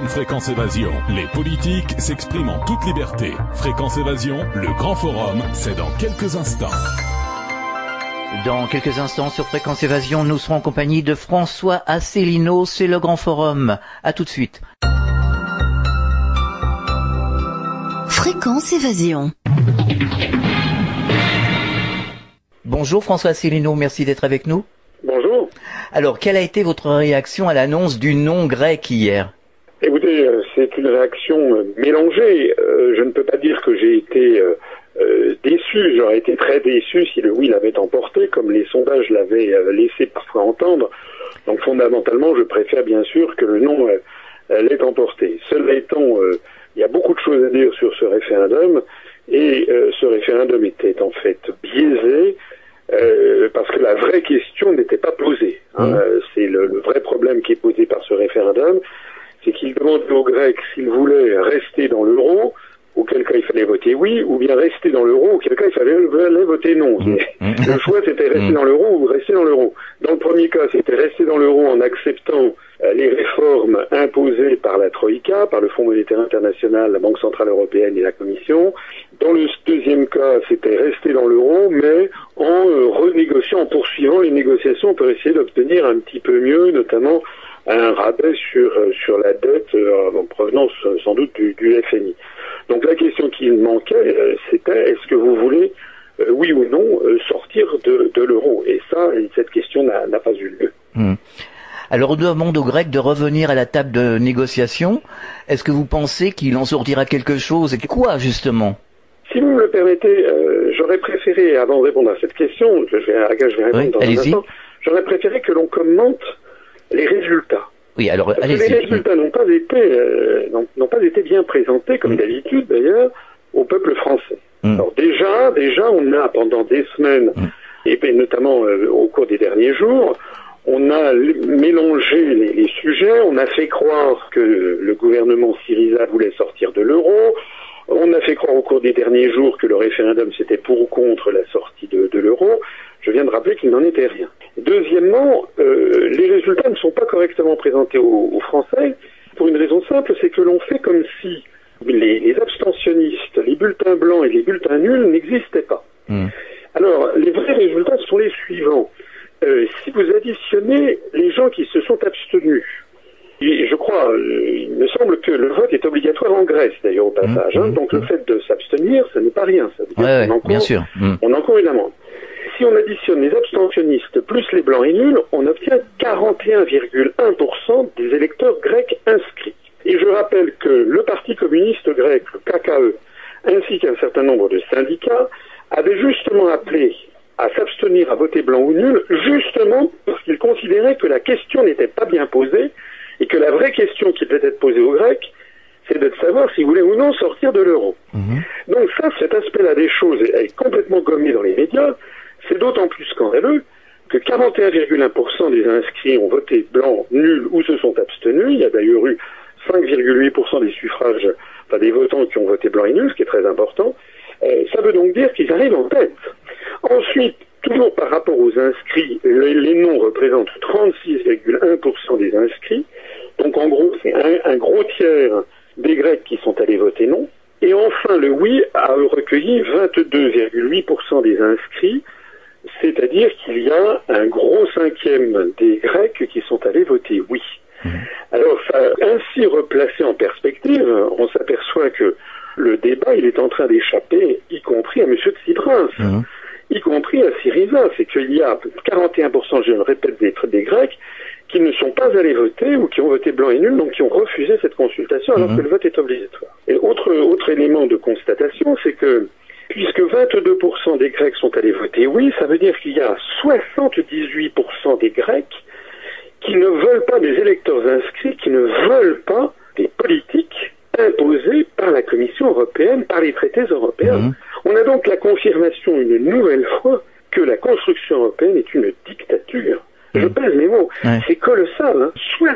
Fréquence Évasion. Les politiques s'expriment en toute liberté. Fréquence Évasion, le grand forum, c'est dans quelques instants. Dans quelques instants sur Fréquence Évasion, nous serons en compagnie de François Asselineau, c'est le grand forum. À tout de suite. Fréquence Évasion. Bonjour François Asselineau, merci d'être avec nous. Bonjour. Alors, quelle a été votre réaction à l'annonce du nom grec hier ? Écoutez, c'est une réaction mélangée. Je ne peux pas dire que j'ai été déçu. J'aurais été très déçu si le oui l'avait emporté, comme les sondages l'avaient laissé parfois entendre. Donc fondamentalement, je préfère bien sûr que le non l'ait emporté. Cela étant, il y a beaucoup de choses à dire sur ce référendum, et ce référendum était en fait biaisé, parce que la vraie question n'était pas posée. C'est le vrai problème qui est posé par ce référendum, c'est qu'il demandait aux Grecs s'ils voulaient rester dans l'euro, auquel cas il fallait voter oui, ou bien rester dans l'euro, auquel cas il fallait voter non. Le choix, c'était rester dans l'euro ou rester dans l'euro. Dans le premier cas, c'était rester dans l'euro en acceptant les réformes imposées par la Troïka, par le Fonds monétaire international, la Banque centrale européenne et la Commission. Dans le deuxième cas, c'était rester dans l'euro, mais en renégociant, en poursuivant les négociations pour essayer d'obtenir un petit peu mieux, notamment un rabais sur la dette en provenance sans doute du FMI. Donc la question qui manquait, c'était est-ce que vous voulez, oui ou non, sortir de l'euro ? Et ça, cette question n'a pas eu lieu. Alors on demande aux Grecs de revenir à la table de négociation. Est-ce que vous pensez qu'il en sortira quelque chose ? Et quoi, justement ? Si vous me le permettez, j'aurais préféré, avant de répondre à cette question, je vais répondre dans un instant, j'aurais préféré que l'on commente les résultats. Oui, alors allez-y. Les résultats n'ont pas été bien présentés, comme d'habitude d'ailleurs, au peuple français. Alors déjà, on a pendant des semaines, et notamment au cours des derniers jours, on a mélangé les sujets, on a fait croire que le gouvernement Syriza voulait sortir de l'euro, on a fait croire au cours des derniers jours que le référendum c'était pour ou contre la sortie de l'euro. Je viens de rappeler qu'il n'en était rien. Deuxièmement, les résultats ne sont pas correctement présentés aux Français pour une raison simple, c'est que l'on fait comme si les abstentionnistes, les bulletins blancs et les bulletins nuls n'existaient pas. Alors, les vrais résultats sont les suivants. Si vous additionnez les gens qui se sont abstenus, et je crois, il me semble que le vote est obligatoire en Grèce, d'ailleurs, au passage. Donc le fait de s'abstenir, ce n'est pas rien. Ça veut dire bien sûr. On encourt une amende. Si on additionne les abstentionnistes plus les blancs et nuls, on obtient 41,1% des électeurs grecs inscrits. Et je rappelle que le Parti communiste grec, le KKE, ainsi qu'un certain nombre de syndicats, avaient justement appelé à s'abstenir à voter blanc ou nul, justement parce qu'ils considéraient que la question n'était pas bien posée, et que la vraie question qui devait être posée aux Grecs, c'est de savoir s'ils voulaient ou non sortir de l'euro. Donc ça, cet aspect-là des choses est complètement gommé dans les médias. C'est d'autant plus scandaleux que 41,1% des inscrits ont voté blanc, nul ou se sont abstenus. Il y a d'ailleurs eu 5,8% des suffrages, enfin des votants qui ont voté blanc et nul, ce qui est très important. Ça veut donc dire qu'ils arrivent en tête. Ensuite, toujours par rapport aux inscrits, les non représentent 36,1% des inscrits. Donc en gros, c'est un gros tiers des Grecs qui sont allés voter non. Et enfin, le oui a recueilli 22,8% des inscrits, c'est-à-dire qu'il y a un gros cinquième des Grecs qui sont allés voter oui. Alors, ça, ainsi replacé en perspective, on s'aperçoit que le débat, il est en train d'échapper, y compris à M. Tsipras, y compris à Syriza. C'est qu'il y a 41%, je le répète, des Grecs qui ne sont pas allés voter ou qui ont voté blanc et nul, donc qui ont refusé cette consultation alors que le vote est obligatoire. Et autre élément de constatation, c'est que puisque 22% des Grecs sont allés voter oui, ça veut dire qu'il y a 78% des Grecs qui ne veulent pas des électeurs inscrits, qui ne veulent pas des politiques imposées par la Commission européenne, par les traités européens. On a donc la confirmation une nouvelle fois que la construction européenne est une dictature. Je pèse mes mots. C'est colossal.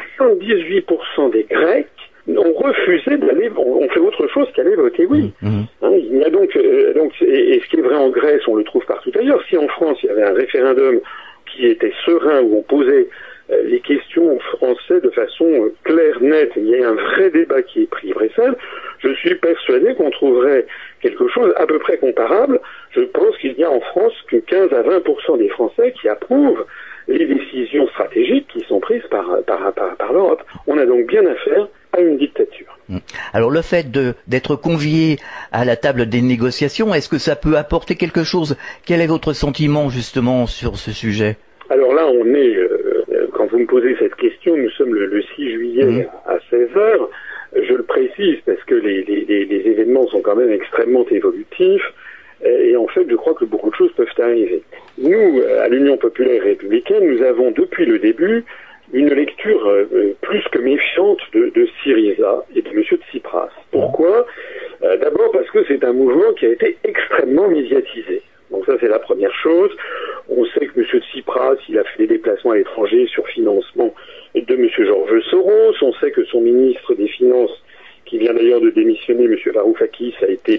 78% des Grecs ont refusé d'aller, ont fait autre chose qu'aller voter oui. Il y a donc, et ce qui est vrai en Grèce, on le trouve partout ailleurs. Si en France il y avait un référendum qui était serein où on posait les questions françaises de façon claire, nette. Il y a un vrai débat qui est pris. Bruxelles. Je suis persuadé qu'on trouverait quelque chose à peu près comparable. Je pense qu'il y a en France que 15 à 20% des Français qui approuvent les décisions stratégiques qui sont prises par l'Europe. On a donc bien affaire à une dictature. Alors le fait d'être convié à la table des négociations, est-ce que ça peut apporter quelque chose? Quel est votre sentiment justement sur ce sujet? Alors là, on est, quand vous me posez cette question, nous sommes le 6 juillet à 16h. Je le précise parce que les événements sont quand même extrêmement évolutifs et en fait je crois que beaucoup de choses peuvent arriver. Nous, à l'Union populaire républicaine, nous avons depuis le début une lecture plus que méfiante de Syriza et de M. Tsipras. Pourquoi? D'abord parce que c'est un mouvement qui a été extrêmement médiatisé. Donc ça c'est la première chose. On sait que M. Tsipras, il a fait des déplacements à l'étranger sur financement de M. Georges Soros. On sait que son ministre des Finances, qui vient d'ailleurs de démissionner, M. Varoufakis, a été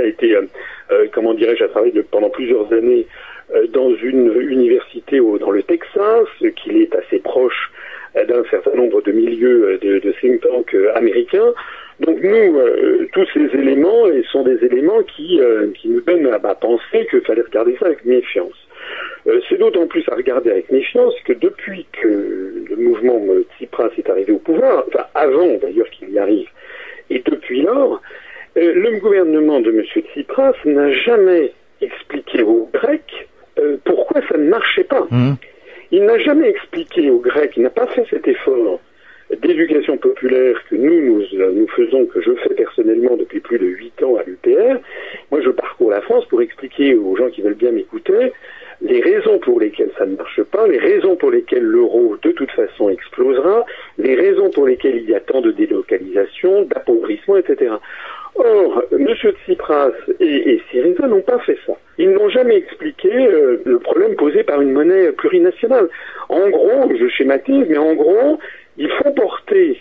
a travaillé pendant plusieurs années dans une université dans le Texas, qu'il est assez proche d'un certain nombre de milieux de think tanks américains. Donc nous, tous ces éléments sont des éléments qui nous donnent à penser qu'il fallait regarder ça avec méfiance. C'est d'autant plus à regarder avec méfiance que depuis que le mouvement Tsipras est arrivé au pouvoir, enfin avant d'ailleurs qu'il y arrive, et depuis lors, le gouvernement de M. Tsipras n'a jamais expliqué aux Grecs pourquoi ça ne marchait pas. Il n'a jamais expliqué aux Grecs, il n'a pas fait cet effort d'éducation populaire que nous faisons, que je fais personnellement depuis plus de 8 ans à l'UPR. Moi, je parcours la France pour expliquer aux gens qui veulent bien m'écouter les raisons pour lesquelles ça ne marche pas, les raisons pour lesquelles l'euro de toute façon explosera, les raisons pour lesquelles il y a tant de délocalisation, d'appauvrissement, etc. Or, M. Tsipras et Syriza n'ont pas fait ça. Ils n'ont jamais expliqué le problème posé par une monnaie plurinationale. En gros, je schématise, mais en gros, ils font porter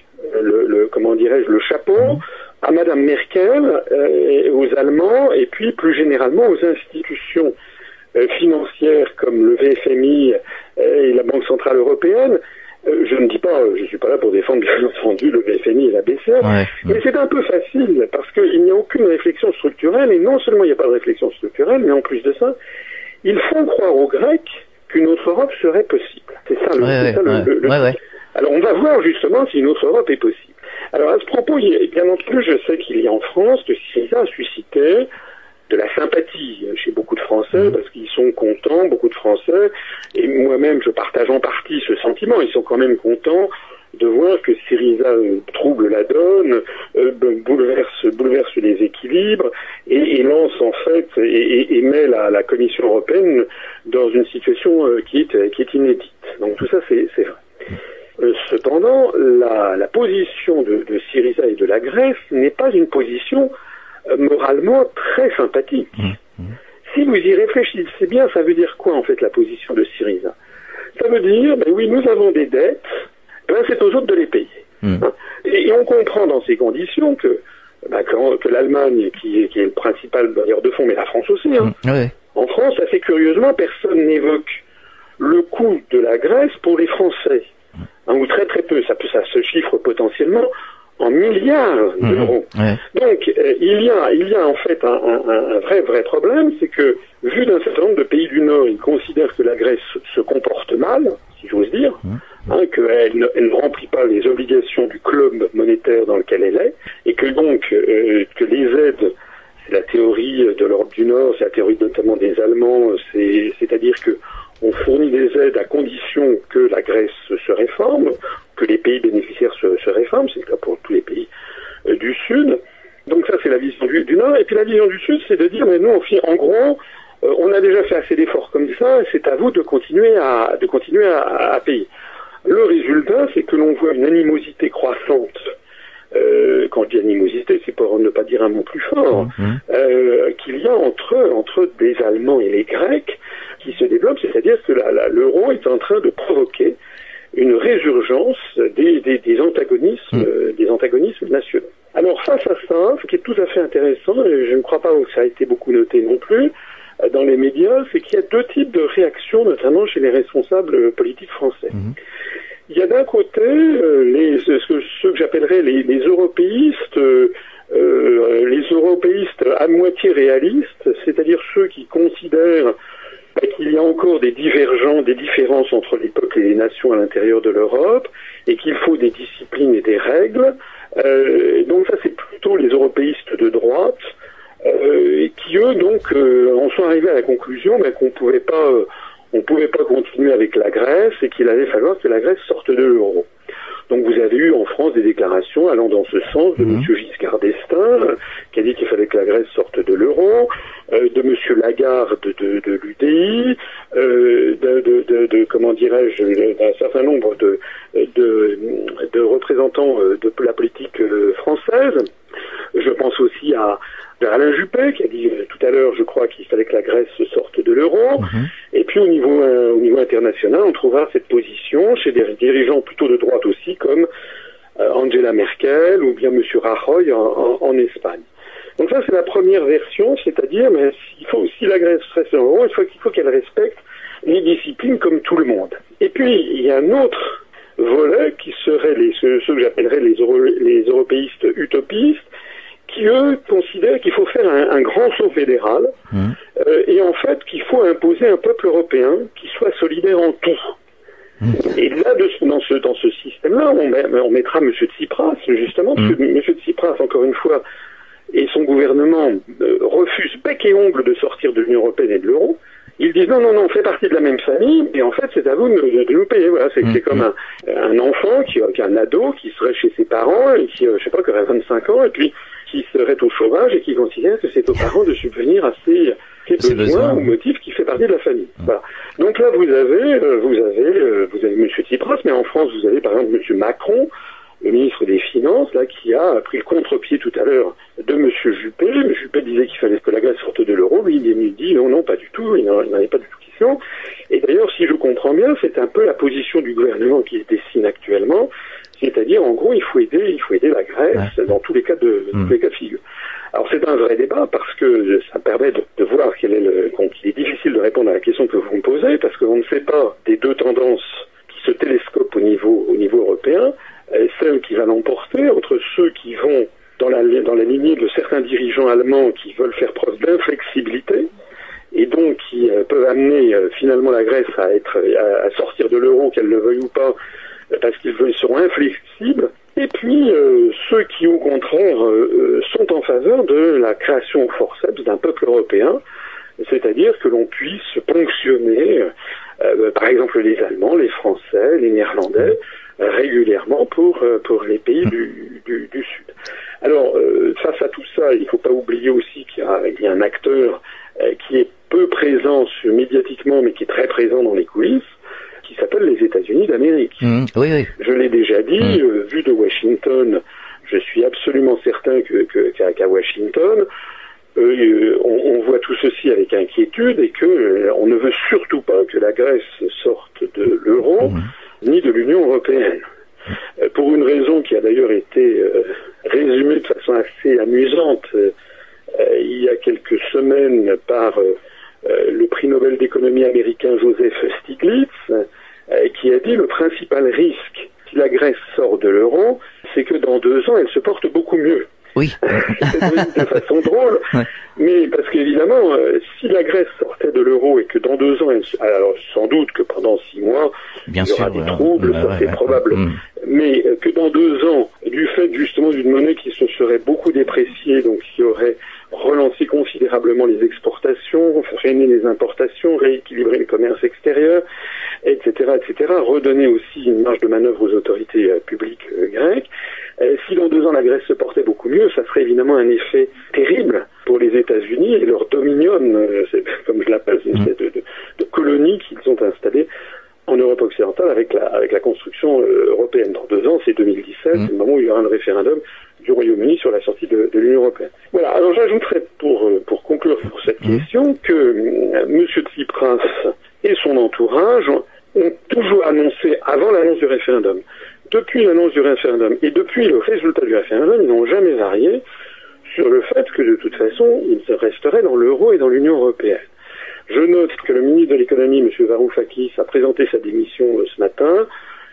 le chapeau à Mme Merkel, aux Allemands, et puis plus généralement aux institutions financières comme le VFMI et la Banque Centrale Européenne. Je ne dis pas, je suis pas là pour défendre bien entendu le VFMI et la BCE, mais c'est un peu facile parce qu'il n'y a aucune réflexion structurelle, et non seulement il n'y a pas de réflexion structurelle, mais en plus de ça, ils font croire aux Grecs qu'une autre Europe serait possible. C'est ça le Alors on va voir justement si une autre Europe est possible. Alors à ce propos, bien entendu, je sais qu'il y a en France que Syriza a suscité de la sympathie chez beaucoup de Français, parce qu'ils sont contents, beaucoup de Français, et moi-même je partage en partie ce sentiment. Ils sont quand même contents de voir que Syriza trouble la donne, bouleverse les équilibres, et lance en fait, et met la Commission européenne dans une situation qui est inédite. Donc tout ça c'est vrai. Cependant, la position de Syriza et de la Grèce n'est pas une position moralement très sympathique. Si vous y réfléchissez bien, ça veut dire quoi en fait la position de Syriza? Ça veut dire, oui, nous avons des dettes, c'est aux autres de les payer. Et on comprend dans ces conditions que l'Allemagne, qui est le principal bailleur de fonds, mais la France aussi, en France, assez curieusement, personne n'évoque le coût de la Grèce pour les Français, ou très très peu, ça se chiffre potentiellement en milliards d'euros. Donc il y a en fait un vrai problème, c'est que vu d'un certain nombre de pays du Nord, ils considèrent que la Grèce se comporte mal, si j'ose dire, qu'elle ne remplit pas les obligations du club monétaire dans lequel elle est, et que donc que les aides, c'est la théorie de l'Europe du Nord, c'est la théorie notamment des Allemands, c'est-à-dire que on fournit des aides à condition que la Grèce se réforme, que les pays bénéficiaires se réforment, c'est le cas pour tous les pays du Sud. Donc ça, c'est la vision du Nord. Et puis la vision du Sud, c'est de dire, mais nous, en gros, on a déjà fait assez d'efforts comme ça, c'est à vous de continuer à payer. Le résultat, c'est que l'on voit une animosité croissante. Quand je dis animosité, c'est pour ne pas dire un mot plus fort, qu'il y a entre des Allemands et les Grecs qui se développe, c'est-à-dire que l'euro est en train de provoquer une résurgence des antagonismes nationaux. Alors face à ça, ce qui est tout à fait intéressant, et je ne crois pas que ça a été beaucoup noté non plus dans les médias, c'est qu'il y a deux types de réactions, notamment chez les responsables politiques français. Il y a d'un côté ceux que j'appellerais les européistes, les européistes à moitié réalistes, c'est-à-dire ceux qui considèrent qu'il y a encore des différences entre les peuples et les nations à l'intérieur de l'Europe, et qu'il faut des disciplines et des règles. Donc ça, c'est plutôt les européistes de droite, qui eux donc en sont arrivés à la conclusion qu'on pouvait pas continuer avec la Grèce et qu'il allait falloir que la Grèce sorte de l'euro. Donc vous avez eu en France des déclarations allant dans ce sens de M. Giscard d'Estaing, qui a dit qu'il fallait que la Grèce sorte de l'euro, de M. Lagarde de l'UDI, comment dirais-je, d'un certain nombre de représentants de la politique française. Je pense aussi à Alain Juppé, qui a dit tout à l'heure, je crois, qu'il fallait que la Grèce sorte de l'euro. Et puis au niveau international, on trouvera cette position chez des dirigeants plutôt de droite aussi, comme Angela Merkel ou bien M. Rajoy en Espagne. Donc ça, c'est la première version, c'est-à-dire, si la Grèce reste dans l'euro, il faut qu'elle respecte les disciplines comme tout le monde. Et puis, il y a un autre volet qui serait ceux que j'appellerais les européistes utopistes, qui, eux, considèrent qu'il faut faire un grand saut fédéral, et en fait qu'il faut imposer un peuple européen qui soit solidaire en tout. Et là, dans ce système-là, on mettra M. Tsipras, justement, parce que M. Tsipras, encore une fois, et son gouvernement refusent bec et ongle de sortir de l'Union européenne et de l'euro. Ils disent non, on fait partie de la même famille, et en fait, c'est à vous de nous payer. Voilà, c'est comme un enfant qui a un ado qui serait chez ses parents et qui, qui aurait 25 ans, et puis qui serait au chômage et qui considère que c'est aux parents de subvenir à ses besoins ou motifs qui fait partie de la famille. Voilà. Donc là, vous avez M. Tsipras, mais en France, vous avez par exemple M. Macron, le ministre des Finances, là, qui a pris le contre-pied tout à l'heure de M. Juppé. M. Juppé disait qu'il fallait que la Grèce sorte de l'euro. Lui, il dit non, pas du tout, il n'en est pas du tout question. Et d'ailleurs, si je comprends bien, c'est un peu la position du gouvernement qui se dessine actuellement. C'est-à-dire, en gros, il faut aider la Grèce dans tous les cas de figure. Alors, c'est un vrai débat parce que ça permet de voir qu'il est difficile de répondre à la question que vous me posez parce qu'on ne sait pas des deux tendances qui se télescopent au niveau européen, celle qui va l'emporter entre ceux qui vont dans la lignée de certains dirigeants allemands qui veulent faire preuve d'inflexibilité et donc qui peuvent amener finalement la Grèce à sortir de l'euro, qu'elle le veuille ou pas, parce qu'ils seront inflexibles, et puis ceux qui au contraire sont en faveur de la création au forceps d'un peuple européen, c'est-à-dire que l'on puisse ponctionner par exemple les Allemands, les Français, les Néerlandais régulièrement pour les pays du Sud. Alors face à tout ça, il ne faut pas oublier aussi qu'il y a un acteur qui est peu présent médiatiquement mais qui est très présent dans les coulisses, qui s'appelle les États-Unis d'Amérique. Oui. Je l'ai déjà dit, vu de Washington, je suis absolument certain qu'à Washington, on voit tout ceci avec inquiétude et que on ne veut surtout pas que la Grèce sorte de l'euro ni de l'Union européenne. Pour une raison qui a d'ailleurs été résumée de façon assez amusante il y a quelques semaines par le prix Nobel d'économie américain Joseph Stiglitz, qui a dit le principal risque si la Grèce sort de l'euro, c'est que dans 2 ans, elle se porte beaucoup mieux. Oui. C'est de façon drôle, mais parce qu'évidemment, si la Grèce sortait de l'euro et que dans 2 ans, alors sans doute que pendant 6 mois, il y aura des troubles, ça c'est probable, mais que dans 2 ans, du fait justement d'une monnaie qui se serait beaucoup dépréciée, donc qui aurait relancé considérablement les exportations, freiner les importations, rééquilibrer le commerce extérieur, etc., redonner aussi une marge de manœuvre aux autorités publiques grecques. Si dans 2 ans la Grèce se portait beaucoup mieux, ça serait évidemment un effet terrible pour les États-Unis et leur dominion, comme je l'appelle, une espèce de colonie qu'ils ont installée en Europe occidentale avec la construction européenne. Dans 2 ans, c'est 2017, c'est le moment où il y aura un référendum du Royaume-Uni sur la sortie de l'Union européenne. Voilà, alors j'ajouterais pour conclure sur cette question que M. Tsipras et son entourage ont toujours annoncé, avant l'annonce du référendum, depuis l'annonce du référendum et depuis le résultat du référendum, ils n'ont jamais varié sur le fait que de toute façon, ils resteraient dans l'euro et dans l'Union européenne. Je note que le ministre de l'économie, M. Varoufakis, a présenté sa démission ce matin.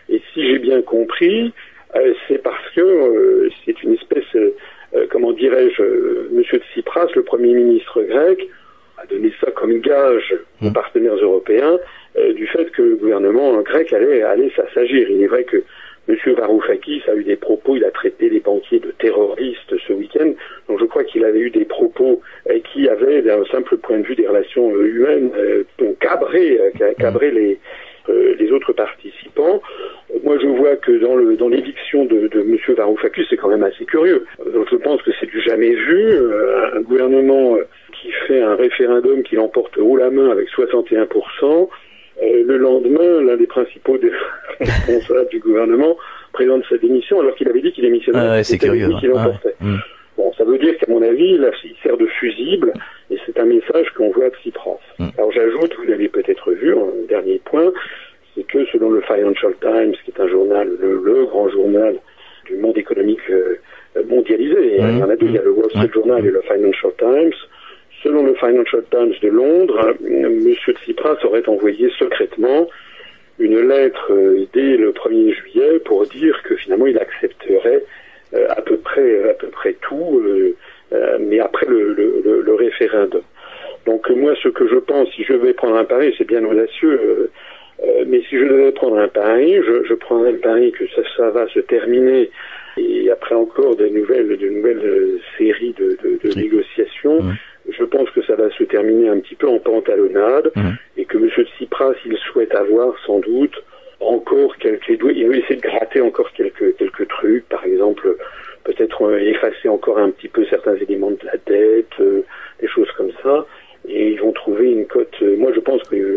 Et si j'ai bien compris, c'est parce que c'est une espèce, comment dirais-je, Monsieur Tsipras, le Premier ministre grec, a donné ça comme gage aux partenaires européens du fait que le gouvernement grec allait s'assagir. Il est vrai que M. Varoufakis a eu des propos, il a traité les banquiers de terroristes ce week-end, donc je crois qu'il avait eu des propos qui avaient, d'un simple point de vue des relations humaines, cabré les autres participants. Moi, je vois que dans l'éviction de M. Varoufakis, c'est quand même assez curieux. Donc, je pense que c'est du jamais vu. Un gouvernement qui fait un référendum qui l'emporte haut la main avec 61%. Le lendemain, l'un des principaux responsables du gouvernement présente sa démission alors qu'il avait dit qu'il démissionnait. C'est curieux. Qu'il l'emportait. Bon, ça veut dire qu'à mon avis, là, il sert de fusible et c'est un message qu'on voit à Tsipras. Alors j'ajoute, vous l'avez peut-être vu, un dernier point, c'est que selon le Financial Times, qui est un journal, le grand journal du monde économique mondialisé, il y en a deux, il y a le Wall Street Journal et le Financial Times. Selon le Financial Times de Londres, M. Tsipras aurait envoyé secrètement une lettre dès le 1er juillet pour dire que finalement il accepterait à peu près tout, mais après le référendum. Donc moi, ce que je pense, si je vais prendre un pari, c'est bien audacieux, mais si je devais prendre un pari, je prendrais le pari que ça va se terminer, et après encore de nouvelles séries de négociations, je pense que ça va se terminer un petit peu en pantalonnade, et que M. Tsipras, il souhaite avoir sans doute encore il veut essayer de gratter encore quelques trucs, par exemple, peut-être effacer encore un petit peu certains éléments de la dette, des choses comme ça, et ils vont trouver une cote. Moi, je pense que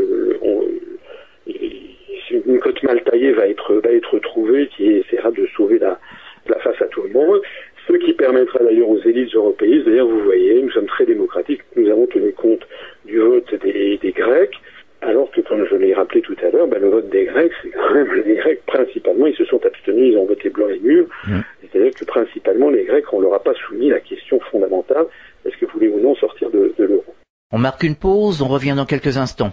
une cote mal taillée va être trouvée qui essaiera de sauver la face à tout le monde. Ce qui permettra d'ailleurs aux élites européennes, d'ailleurs vous voyez, nous sommes très démocratiques, nous avons tenu compte du vote des Grecs, alors que comme je l'ai rappelé tout à l'heure, le vote des Grecs, c'est quand même les Grecs principalement, ils se sont abstenus, ils ont voté blanc et nul, c'est-à-dire que principalement les Grecs, on leur a pas soumis la question fondamentale, est-ce que voulez ou non sortir de l'euro? On marque une pause, on revient dans quelques instants.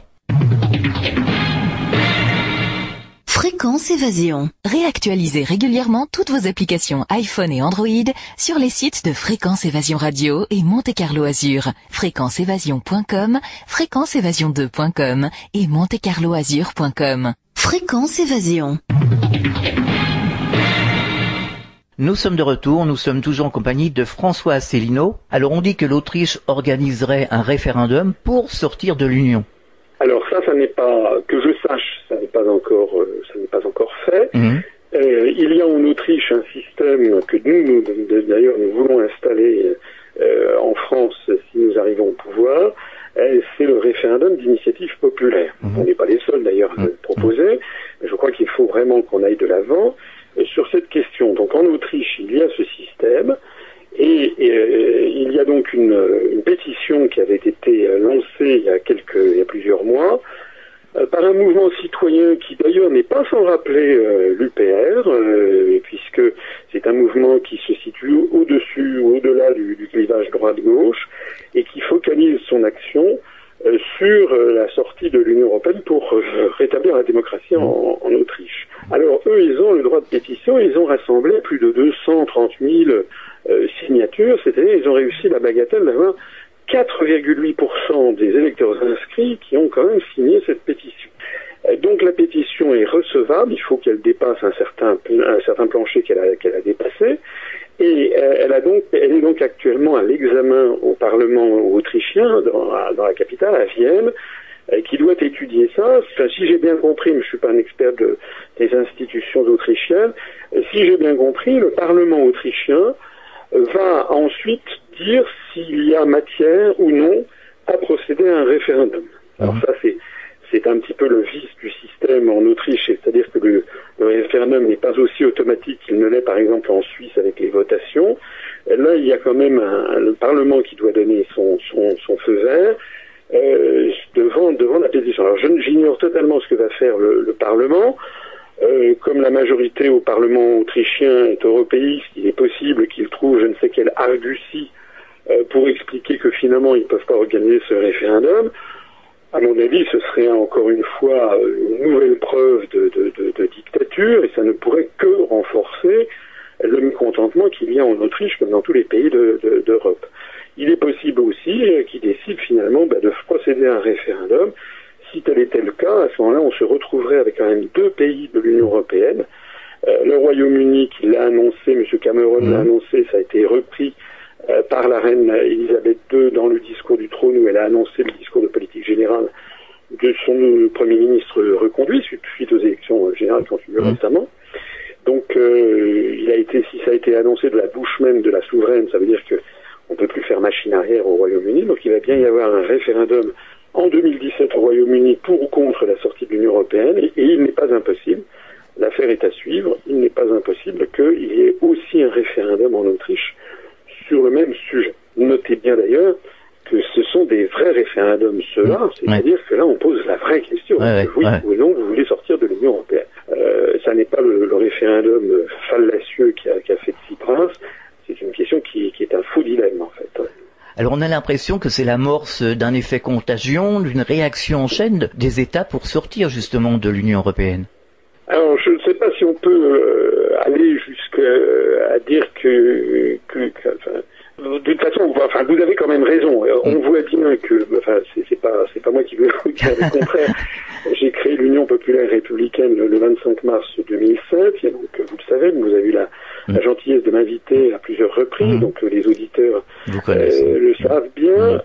Fréquence Évasion. Réactualisez régulièrement toutes vos applications iPhone et Android sur les sites de Fréquence Évasion Radio et Monte Carlo Azur. fréquenceévasion.com, fréquenceévasion2.com et montecarloazur.com. Fréquence Évasion. Nous sommes de retour, nous sommes toujours en compagnie de François Asselineau. Alors on dit que l'Autriche organiserait un référendum pour sortir de l'Union. Alors ça n'est pas, que je sache, ça n'est pas encore fait. Il y a en Autriche un système que nous d'ailleurs nous voulons installer en France si nous arrivons au pouvoir. C'est le référendum d'initiative populaire. On n'est pas les seuls d'ailleurs à le proposer, mais je crois qu'il faut vraiment qu'on aille de l'avant sur cette question. Donc en Autriche, il y a ce système. Et il y a donc une pétition qui avait été lancée il y a plusieurs mois par un mouvement citoyen qui d'ailleurs n'est pas sans rappeler l'UPR, puisque c'est un mouvement qui se situe au-dessus ou au-delà du clivage droite-gauche et qui focalise son action sur la sortie de l'Union européenne pour rétablir la démocratie en Autriche. Alors eux, ils ont le droit de pétition, ils ont rassemblé plus de 230 000 signatures, c'est-à-dire ils ont réussi la bagatelle d'avoir 4,8% des électeurs inscrits qui ont quand même signé cette pétition. Donc la pétition est recevable, il faut qu'elle dépasse un certain plancher qu'elle a dépassé, et elle est donc actuellement à l'examen au Parlement autrichien, dans la capitale, à Vienne, qui doit étudier ça. Enfin, si j'ai bien compris, mais je suis pas un expert des institutions autrichiennes, si j'ai bien compris, le Parlement autrichien va ensuite dire s'il y a matière ou non à procéder à un référendum. Alors ça, c'est un petit peu le vice du système en Autriche, c'est-à-dire que le référendum n'est pas aussi automatique qu'il ne l'est par exemple en Suisse avec les votations. Là, il y a quand même le Parlement qui doit donner son feu vert devant la pétition. Alors j'ignore totalement ce que va faire le Parlement. Comme la majorité au Parlement autrichien est européiste, il est possible qu'il trouve je ne sais quelle argutie pour expliquer que finalement ils ne peuvent pas organiser ce référendum. À mon avis, ce serait encore une fois une nouvelle preuve de dictature, et ça ne pourrait que renforcer le mécontentement qu'il y a en Autriche comme dans tous les pays d'Europe. Il est possible aussi qu'ils décident finalement de procéder à un référendum. Si tel était le cas, à ce moment-là, on se retrouverait avec quand même 2 pays de l'Union européenne. Le Royaume-Uni, qui l'a annoncé, M. Cameron l'a annoncé, ça a été repris par la reine Elisabeth II dans le discours du trône, où elle a annoncé le discours de politique générale de son Premier ministre reconduit suite aux élections générales qui ont eu lieu récemment. Donc, si ça a été annoncé de la bouche même de la souveraine, ça veut dire que on peut plus faire machine arrière au Royaume-Uni. Donc, il va bien y avoir un référendum en 2017 au Royaume-Uni pour ou contre la sortie de l'Union européenne, et il n'est pas impossible, l'affaire est à suivre, il n'est pas impossible qu'il y ait aussi un référendum en Autriche sur le même sujet. Notez bien d'ailleurs que ce sont des vrais référendums, ceux-là, c'est-à-dire que là on pose la vraie question, oui ou non vous voulez sortir de l'Union européenne. Ça n'est pas le référendum fallacieux qui a fait Tsipras, c'est une question qui est un faux dilemme en fait. Alors on a l'impression que c'est l'amorce d'un effet contagion, d'une réaction en chaîne des États pour sortir justement de l'Union européenne. Alors je ne sais pas si on peut aller jusqu'à dire que de toute façon, vous avez quand même raison. On voit bien que, c'est pas moi qui veux dire le contraire. J'ai créé l'Union populaire républicaine le 25 mars 2007. Et donc, vous le savez, vous avez eu la gentillesse de m'inviter à plusieurs reprises. Donc, les auditeurs le savent bien.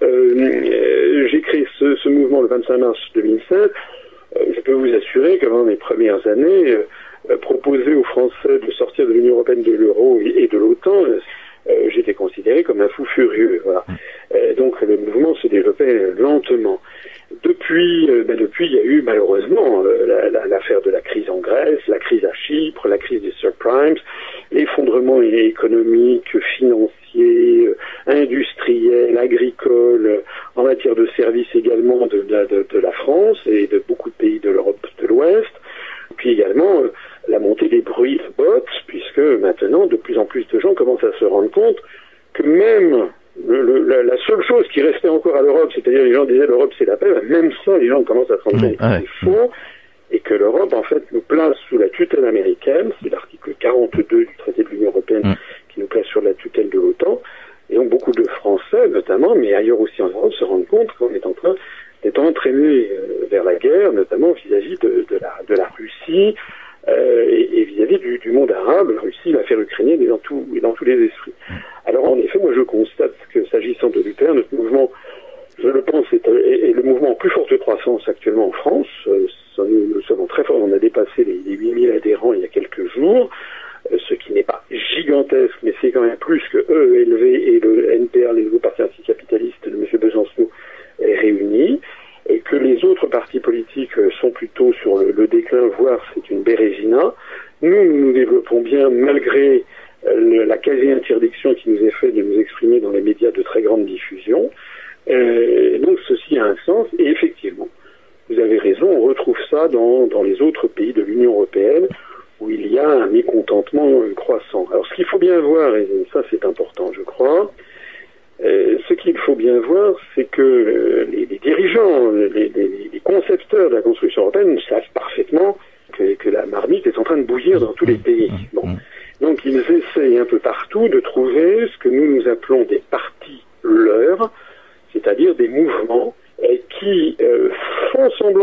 J'ai créé ce mouvement le 25 mars 2007. Je peux vous assurer que pendant mes premières années, proposer aux Français de sortir de l'Union européenne, de l'euro et de l'OTAN, j'étais considéré comme un fou furieux. Voilà. Donc le mouvement se développait lentement. Depuis, il y a eu malheureusement l'affaire de la crise en Grèce, la crise à Chypre, la crise des subprimes, l'effondrement économique, financier, industriel, agricole, en matière de services également de la France et de beaucoup de pays de l'Europe de l'Ouest. Puis également la montée des bruits de bots, puisque maintenant de plus en plus de gens commencent à se rendre compte que même la seule chose qui restait encore à l'Europe, c'est-à-dire les gens disaient l'Europe c'est la paix, même ça les gens commencent à se rendre compte que c'est faux, et que l'Europe en fait nous place sous la tutelle américaine, c'est l'article 42 du traité de l'Union européenne qui nous place sur la tutelle de l'OTAN, et donc beaucoup de Français notamment, mais ailleurs aussi en Europe, se rendent compte qu'on est en train d'être entraîné vers la guerre, notamment vis-à-vis de la Russie, et vis-à-vis du monde arabe. La Russie, l'affaire ukrainienne est dans tous les esprits. Alors en effet, moi je constate que s'agissant de l'UPR, notre mouvement, je le pense, est le mouvement en plus forte croissance actuellement en France. Nous sommes très forts, on a dépassé les 8000 adhérents il y a quelques jours, ce qui n'est pas gigantesque, mais c'est quand même plus que EELV et le NPR, les nouveaux partis anticapitalistes de M. Besancenot réunis, et que les autres partis politiques sont plutôt sur le déclin, voire c'est une bérésina. Nous développons bien malgré la quasi-interdiction qui nous est faite de nous exprimer dans les médias de très grande diffusion. Donc ceci a un sens, et effectivement, vous avez raison, on retrouve ça dans les autres pays de l'Union européenne, où il y a un mécontentement croissant. Alors ce qu'il faut bien voir, et ça c'est important je crois, ce qu'il faut bien voir, c'est que les dirigeants, les concepteurs de la construction européenne savent parfaitement que la marmite est en train de bouillir dans tous les pays. Bon. Donc ils essayent un peu partout de trouver ce que nous appelons des partis leurs, c'est-à-dire des mouvements qui font semblant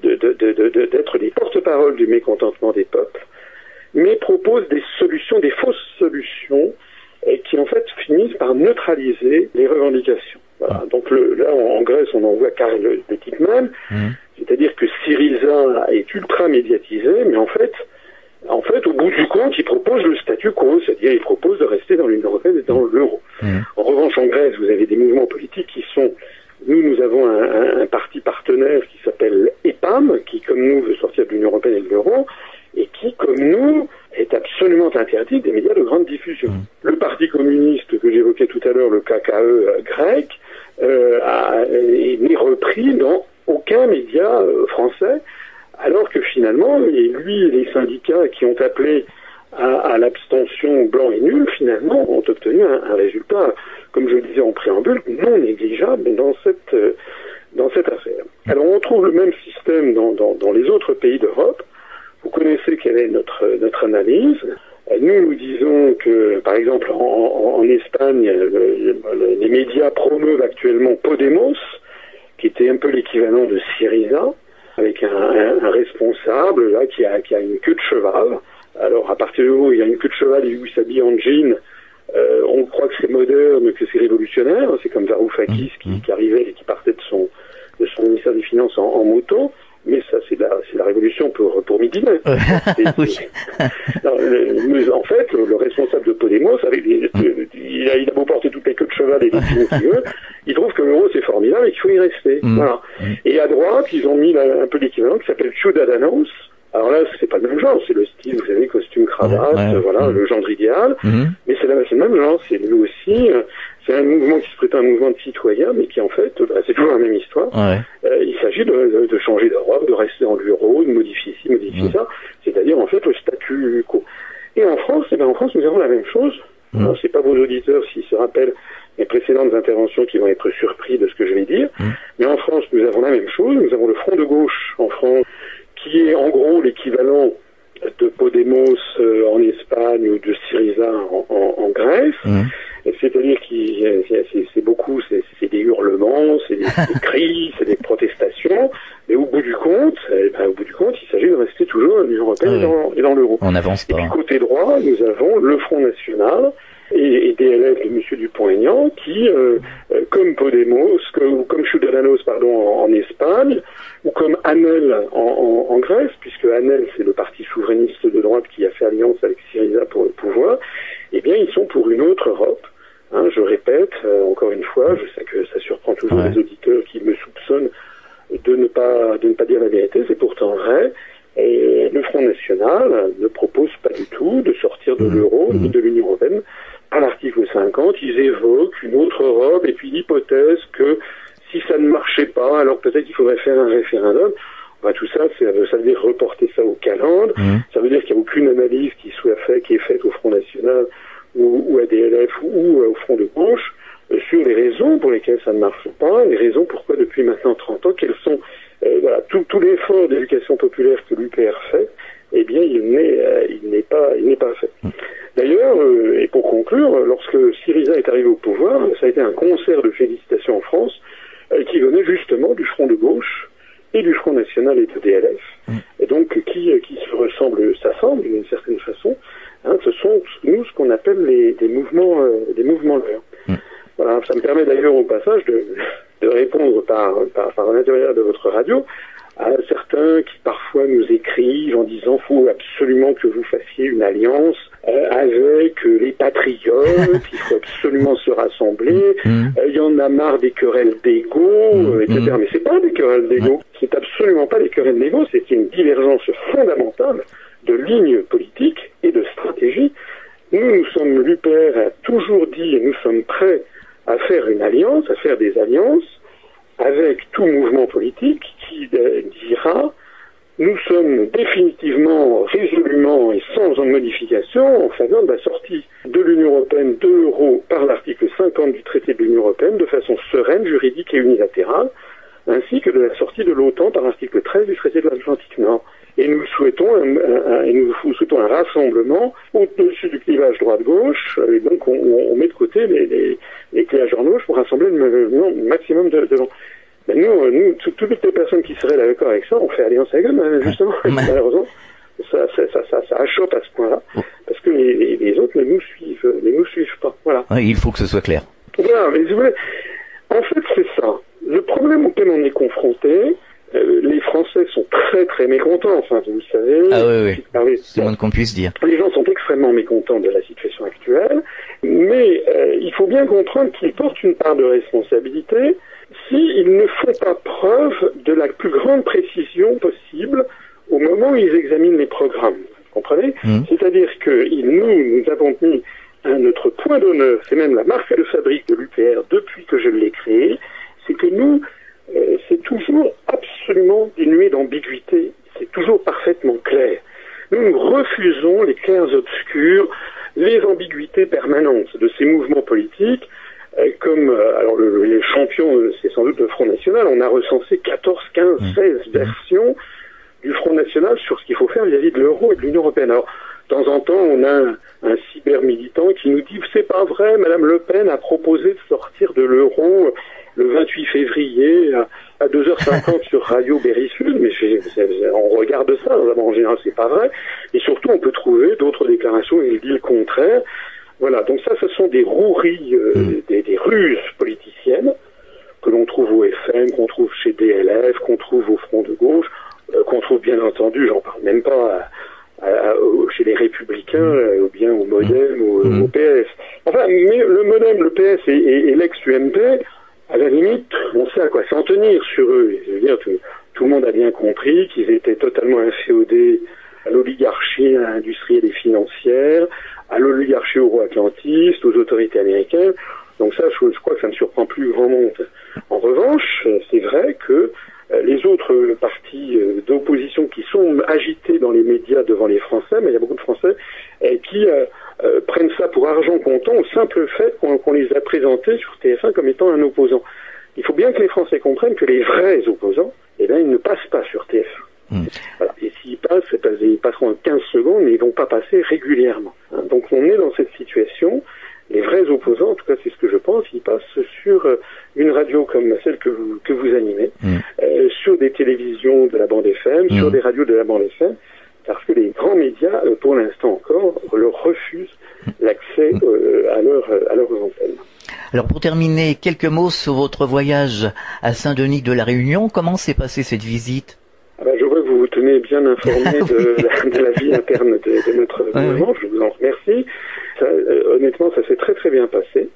d'être les porte-paroles du mécontentement des peuples, mais proposent des solutions, des fausses solutions, et qui en fait finissent par neutraliser les revendications. Voilà. Donc là en Grèce on en voit carrément le type même, c'est-à-dire que Syriza est ultra médiatisé, mais en fait au bout du compte il propose le statu quo, c'est-à-dire il propose de rester dans l'Union européenne et dans l'euro. En revanche en Grèce vous avez des mouvements politiques qui sont, nous avons un parti partenaire qui s'appelle EPAM, qui comme nous veut sortir de l'Union européenne et de l'euro, et qui, comme nous, est absolument interdit des médias de grande diffusion. Le Parti communiste que j'évoquais tout à l'heure, le KKE grec, n'est repris dans aucun média français, alors que finalement, lui et les syndicats qui ont appelé à l'abstention blanc et nul, finalement, ont obtenu un résultat, comme je le disais en préambule, non négligeable dans dans cette affaire. Alors on trouve le même système dans les autres pays d'Europe. Vous connaissez quelle est notre analyse. Nous disons que, par exemple, en Espagne, les médias promeuvent actuellement Podemos, qui était un peu l'équivalent de Syriza, avec un responsable là qui a une queue de cheval. Alors à partir du moment où il y a une queue de cheval et où il s'habille en jean, on croit que c'est moderne, que c'est révolutionnaire. C'est comme Varoufakis qui arrivait et qui partait de son ministère des Finances en moto. Mais ça, c'est la révolution pour Midinette. Oui. En fait, le responsable de Podemos, il a beau porter toutes les queues de cheval et les signes qu'il veut, il trouve que l'euro c'est formidable et qu'il faut y rester. Voilà. Et à droite, ils ont mis là, un peu l'équivalent qui s'appelle Ciudadanos. Alors là, c'est pas le même genre, c'est le style, vous savez, costume, cravate, voilà, le genre idéal. Mais c'est le même genre, c'est lui aussi, c'est un mouvement qui se prétend un mouvement de citoyens, mais qui en fait, c'est toujours la même histoire. Il s'agit de changer d'Europe, de rester dans l'euro, de modifier ci, modifier ça, c'est-à-dire en fait le statu quo. Et en France, nous avons la même chose. Alors, c'est pas vos auditeurs s'ils se rappellent mes précédentes interventions qui vont être surpris de ce que je vais dire. Mais en France, nous avons la même chose. Nous avons le Front de gauche en France, qui est en gros l'équivalent de Podemos en Espagne ou de Syriza en Grèce. C'est-à-dire que c'est des hurlements, c'est des cris, c'est des protestations, mais au bout du compte, il s'agit de rester toujours dans l'Union européenne et dans l'euro. On n'avance pas. Et puis côté droit, nous avons le Front National et DLF de M. Dupont-Aignan qui, comme Podemos, ou comme Ciudadanos en Espagne, ou comme ANEL en Grèce, puisque ANEL c'est le parti souverainiste de droite qui a fait alliance avec Syriza pour le pouvoir, eh bien ils sont pour une autre Europe. Je répète, encore une fois, je sais que ça surprend toujours les auditeurs qui me soupçonnent de ne pas dire la vérité, c'est pourtant vrai. Et le Front National ne propose pas du tout de sortir de l'euro ni de l'Union européenne. À l'article 50, ils évoquent une autre Europe et puis l'hypothèse que si ça ne marchait pas, alors peut-être qu'il faudrait faire un référendum. Tout ça, ça veut dire reporter ça au calendre. Ça veut dire qu'il n'y a aucune analyse qui est faite au Front National ou à DLF ou au Front de gauche sur les raisons pour lesquelles ça ne marche pas, les raisons pourquoi depuis maintenant 30 ans, quels sont tout l'effort d'éducation populaire que l'UPR fait, eh bien il n'est pas fait. D'ailleurs, et pour conclure, lorsque Syriza est arrivé au pouvoir, ça a été un concert de félicitations en France qui venait justement du Front de gauche et du Front National et de DLF, et donc qui s'assemblent d'une certaine façon. Ce sont nous ce qu'on appelle des mouvements leurs. Voilà, ça me permet d'ailleurs au passage de répondre par l'intérieur de votre radio à certains qui parfois nous écrivent en disant faut absolument que vous fassiez une alliance avec les patriotes, il faut absolument se rassembler, il y en a marre des querelles d'ego, etc. Mais c'est pas des querelles d'ego, c'est absolument pas des querelles d'ego, c'est une divergence fondamentale de lignes politiques et de stratégie. Nous sommes, l'UPR a toujours dit, et nous sommes prêts à faire une alliance, à faire des alliances avec tout mouvement politique qui dira nous sommes définitivement, résolument et sans modification en faveur de la sortie de l'Union européenne de l'euro par l'article 50 du traité de l'Union européenne de façon sereine, juridique et unilatérale, ainsi que de la sortie de l'OTAN par l'article 13 du traité de l'Atlantique Nord. Et nous souhaitons un rassemblement au-dessus du clivage droite-gauche, et donc on met de côté les clivages en gauche pour rassembler le maximum de gens. Mais nous, toutes les personnes qui seraient d'accord avec ça, on fait alliance avec eux, justement. Malheureusement, ça achoppe à ce point-là, parce que les autres ne nous suivent pas. Voilà. Il faut que ce soit clair. Voilà, mais si vous voulez, en fait, c'est ça. Le problème auquel on est confronté, les Français sont très très mécontents, enfin vous le savez. Ah oui. C'est le moins qu'on puisse dire. Les gens sont extrêmement mécontents de la situation actuelle, mais il faut bien comprendre qu'ils portent une part de responsabilité s'ils ne font pas preuve de la plus grande précision possible au moment où ils examinent les programmes. Vous comprenez ? C'est-à-dire que nous avons mis notre point d'honneur, c'est même la marque de fabrique de l'UPR depuis que je l'ai créée, c'est que nous, c'est toujours absolument dénué d'ambiguïté, c'est toujours parfaitement clair. Nous refusons les clairs obscurs, les ambiguïtés permanentes de ces mouvements politiques, comme alors les champions, c'est sans doute le Front National, National, on a recensé 14, 15, 16 versions du Front National sur ce qu'il faut faire vis-à-vis de l'euro et de l'Union européenne. Alors, de temps en temps, on a un cyber-militant qui nous dit « c'est pas vrai, Madame Le Pen a proposé de sortir de l'euro le 28 février à 2h50 sur Radio Berry-Sud », mais on regarde ça, en général c'est pas vrai, et surtout on peut trouver d'autres déclarations où il dit le contraire. Voilà, donc ça ce sont des roueries, des ruses politiciennes que l'on trouve au FM, qu'on trouve chez DLF, qu'on trouve au Front de Gauche, qu'on trouve bien entendu, j'en parle même pas chez les Républicains, ou bien au MoDem, ou au PS. Enfin, mais le MoDem, le PS et l'ex-UMP, à la limite, on sait à quoi s'en tenir sur eux. Je veux dire, tout le monde a bien compris qu'ils étaient totalement inféodés à l'oligarchie industrielle et financière, à l'oligarchie euro-atlantiste, aux autorités américaines. Donc ça, je crois que ça ne surprend plus grand monde. En revanche, c'est vrai que les autres partis d'opposition qui sont agités dans les médias devant les Français, mais il y a beaucoup de Français qui prennent ça pour argent comptant au simple fait qu'on les a présentés sur TF1 comme étant un opposant. Il faut bien que les Français comprennent que les vrais opposants, ils ne passent pas sur TF1. Voilà. Et s'ils passent, ils passeront en 15 secondes, mais ils ne vont pas passer régulièrement. Donc on est dans cette situation. Les vrais opposants, en tout cas c'est ce que je pense, ils passent sur une radio comme celle que vous animez, sur des télévisions de la bande FM, sur des radios de la bande FM, parce que les grands médias, pour l'instant encore, leur refusent l'accès à leurs antennes. Alors pour terminer, quelques mots sur votre voyage à Saint-Denis de la Réunion. Comment s'est passée cette visite? Je vois que vous vous tenez bien informé de la vie interne de notre mouvement. Je vous en remercie. Ça, honnêtement, ça s'est très très bien passé.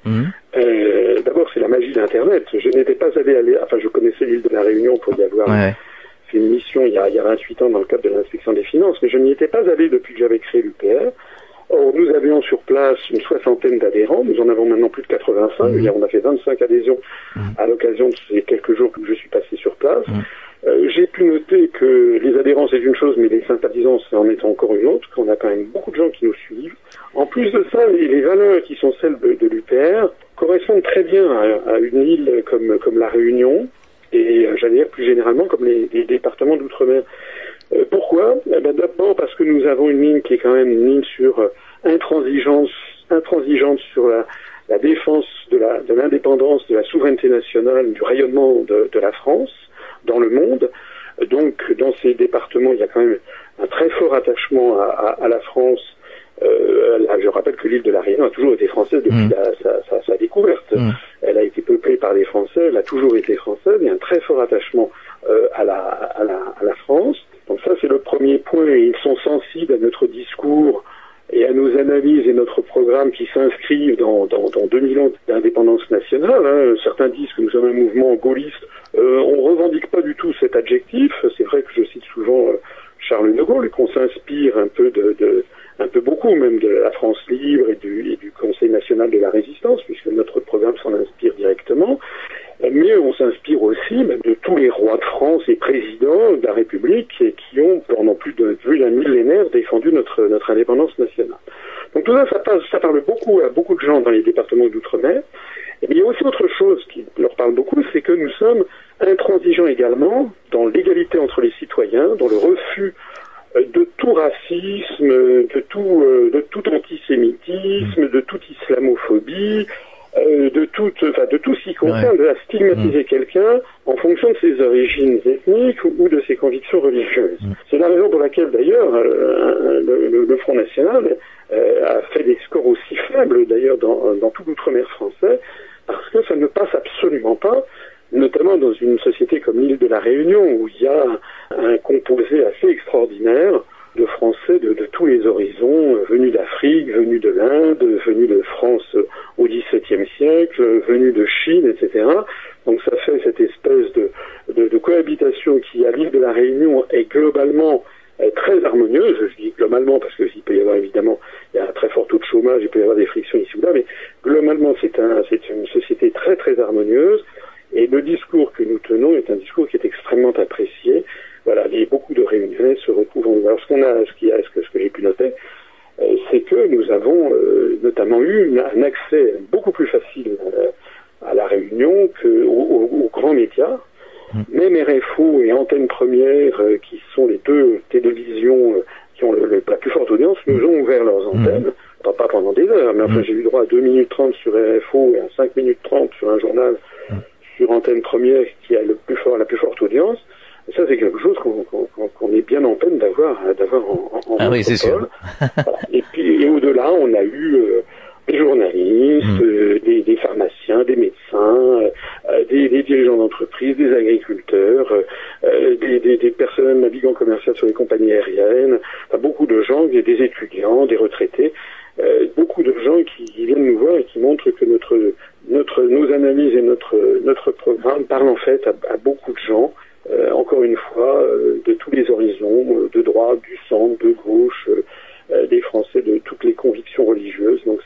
D'abord, c'est la magie d'Internet. Je n'étais pas allé, je connaissais l'île de la Réunion pour y avoir fait une mission il y a 28 ans dans le cadre de l'inspection des finances, mais je n'y étais pas allé depuis que j'avais créé l'UPR. Or, nous avions sur place une soixantaine d'adhérents. Nous en avons maintenant plus de 85. On a fait 25 adhésions à l'occasion de ces quelques jours que je suis passé sur place. J'ai pu noter que les adhérents c'est une chose, mais les sympathisants c'en est encore une autre, qu'on a quand même beaucoup de gens qui nous suivent. En plus de ça, les valeurs qui sont celles de l'UPR correspondent très bien à une île comme la Réunion, et j'allais dire plus généralement comme les départements d'outre-mer. Pourquoi? D'abord parce que nous avons une ligne qui est quand même une ligne sur intransigeante sur la défense de l'indépendance, de la souveraineté nationale, du rayonnement de la France dans le monde. Donc dans ces départements, il y a quand même un très fort attachement à la France. Je rappelle que l'île de la Réunion a toujours été française depuis sa découverte. Elle a été peuplée par des Français, elle a toujours été française. Il y a un très fort attachement à la France. Donc ça, c'est le premier point. Et ils sont sensibles à notre discours et à nos analyses et notre programme qui s'inscrivent dans 2000 ans d'indépendance nationale. Certains disent que nous sommes un mouvement gaulliste. On revendique pas du tout cet adjectif. C'est vrai que je cite souvent Charles de Gaulle, qu'on s'inspire un peu un peu beaucoup même de la France libre et du Conseil national de la résistance, puisque notre programme s'en inspire directement. Mais on s'inspire aussi même de tous les rois de France et présidents de la République qui ont, pendant plus d'un millénaire, défendu notre indépendance nationale. Donc tout ça, ça parle beaucoup à beaucoup de gens dans les départements d'outre-mer. Et bien, il y a aussi autre chose qui leur parle beaucoup, c'est que nous sommes intransigeants également dans l'égalité entre les citoyens, dans le refus de tout racisme, de tout antisémitisme, de toute islamophobie, de tout ce qui concerne de stigmatiser quelqu'un en fonction de ses origines ethniques ou de ses convictions religieuses. C'est la raison pour laquelle d'ailleurs le Front National a fait des scores aussi faibles d'ailleurs dans tout l'outre-mer français, parce que ça ne passe absolument pas, notamment dans une société comme l'île de la Réunion, où il y a un composé assez extraordinaire de Français de tous les horizons, venus d'Afrique, venus de l'Inde, venus de France au XVIIe siècle, venus de Chine, etc. Donc ça fait cette espèce de cohabitation qui, à l'île de la Réunion, est globalement très harmonieuse. Je dis globalement parce qu'il peut y avoir évidemment, il y a un très fort taux de chômage, il peut y avoir des frictions ici ou là, mais globalement c'est une société très très harmonieuse. Et le discours que nous tenons est un discours qui est extrêmement apprécié. Voilà, beaucoup de Réunionnais se retrouvent en... Alors ce que j'ai pu noter, c'est que nous avons notamment eu un accès beaucoup plus facile à la Réunion qu'aux grands médias. et Antenne Première, qui sont les deux télévisions qui ont la plus forte audience, nous ont ouvert leurs antennes. Pas pendant des heures, mais enfin j'ai eu droit à 2 minutes 30 sur RFO et à 5 minutes 30 sur un journal sur Antenne Première qui a la plus forte audience. Et ça, c'est quelque chose qu'on est bien en peine d'avoir en ah oui, c'est sûr. Voilà. Et puis, au-delà, on a eu des journalistes, des pharmaciens, des médecins, des dirigeants d'entreprise, des agriculteurs, des personnes navigants commerciales sur les compagnies aériennes, enfin, beaucoup de gens, des étudiants, des retraités, beaucoup de gens qui viennent nous voir et qui montrent que nos analyses et notre programme parlent en fait à beaucoup de gens. Encore une fois, de tous les horizons, de droite, du centre, de gauche, des Français de toutes les convictions religieuses. Donc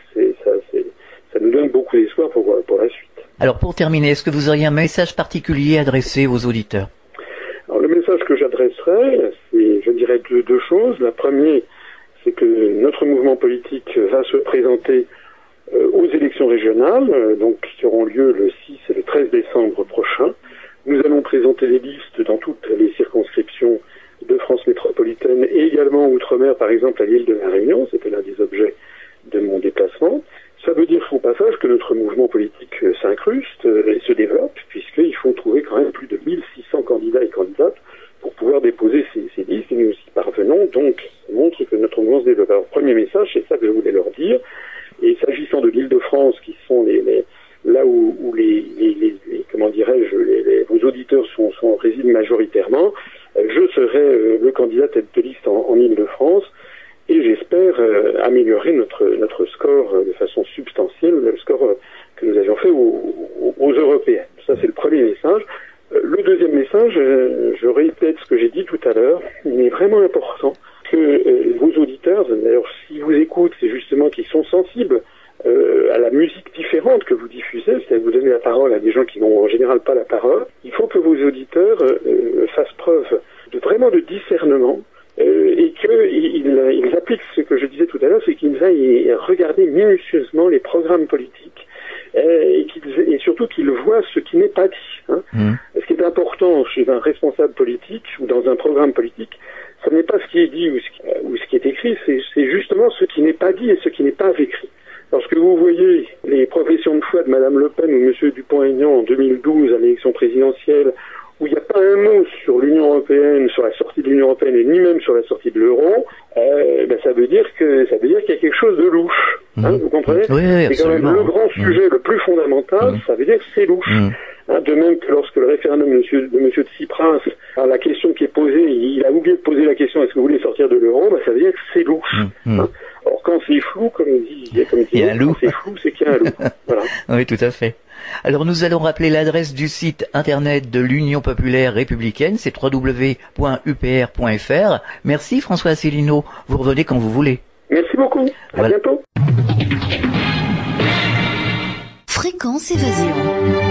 ça nous donne beaucoup d'espoir pour la suite. Alors pour terminer, est-ce que vous auriez un message particulier adressé aux auditeurs? Alors le message que j'adresserai, c'est, je dirais, deux choses. La première, c'est que notre mouvement politique va se présenter aux élections régionales, donc qui auront lieu le 6 et le 13 décembre prochain. Nous allons présenter les listes dans toutes les circonscriptions de France métropolitaine et également outre-mer, par exemple à l'île de la Réunion. C'était l'un des objets de mon déplacement. Ça veut dire au passage que notre mouvement politique s'incruste et se développe, puisqu'il faut trouver quand même plus de 1600 candidats et candidates pour pouvoir déposer ces listes, et nous y parvenons. Donc, ça montre que notre mouvement se développe. Alors, premier message, c'est ça que je voulais leur dire. Et s'agissant de l'Île-de-France, qui sont là où les comment dirais-je, vos auditeurs résident majoritairement, je serai le candidat tête de liste en Île-de-France, et j'espère améliorer notre score de façon substantielle, le score que nous avions fait aux européennes. Ça, c'est le premier message. Le deuxième message, je répète ce que j'ai dit tout à l'heure, il est vraiment important que vos auditeurs, d'ailleurs, s'ils vous écoutent, c'est justement qu'ils sont sensibles à la musique différente que vous diffusez, c'est-à-dire que vous donnez la parole à des gens qui n'ont en général pas la parole. Il faut que vos auditeurs fassent preuve vraiment de discernement et qu'ils appliquent ce que je disais tout à l'heure, c'est qu'ils aillent regarder minutieusement les programmes politiques et surtout qu'ils voient ce qui n'est pas dit. Ce qui est important chez un responsable politique ou dans un programme politique, ce n'est pas ce qui est dit ou ce qui est écrit, c'est justement ce qui n'est pas dit et ce qui n'est pas écrit. Lorsque vous voyez les professions de foi de Mme Le Pen ou M. Dupont-Aignan en 2012 à l'élection présidentielle, où il n'y a pas un mot sur l'Union européenne, sur la sortie de l'Union européenne et ni même sur la sortie de l'euro, ça veut dire qu'il y a quelque chose de louche. Vous comprenez? Oui, c'est quand même le grand sujet le plus fondamental, ça veut dire que c'est louche. De même que lorsque le référendum de M. Tsipras, la question qui est posée, il a oublié de poser la question est-ce que vous voulez sortir de l'euro, ça veut dire que c'est louche. Or quand c'est flou, comme dit il y a un loup. C'est flou, c'est qu'il y a un loup. Voilà. Oui, tout à fait. Alors nous allons rappeler l'adresse du site internet de l'Union populaire républicaine, c'est www.upr.fr. Merci François Asselineau, vous revenez quand vous voulez. Merci beaucoup, à bientôt. Fréquence Évasion.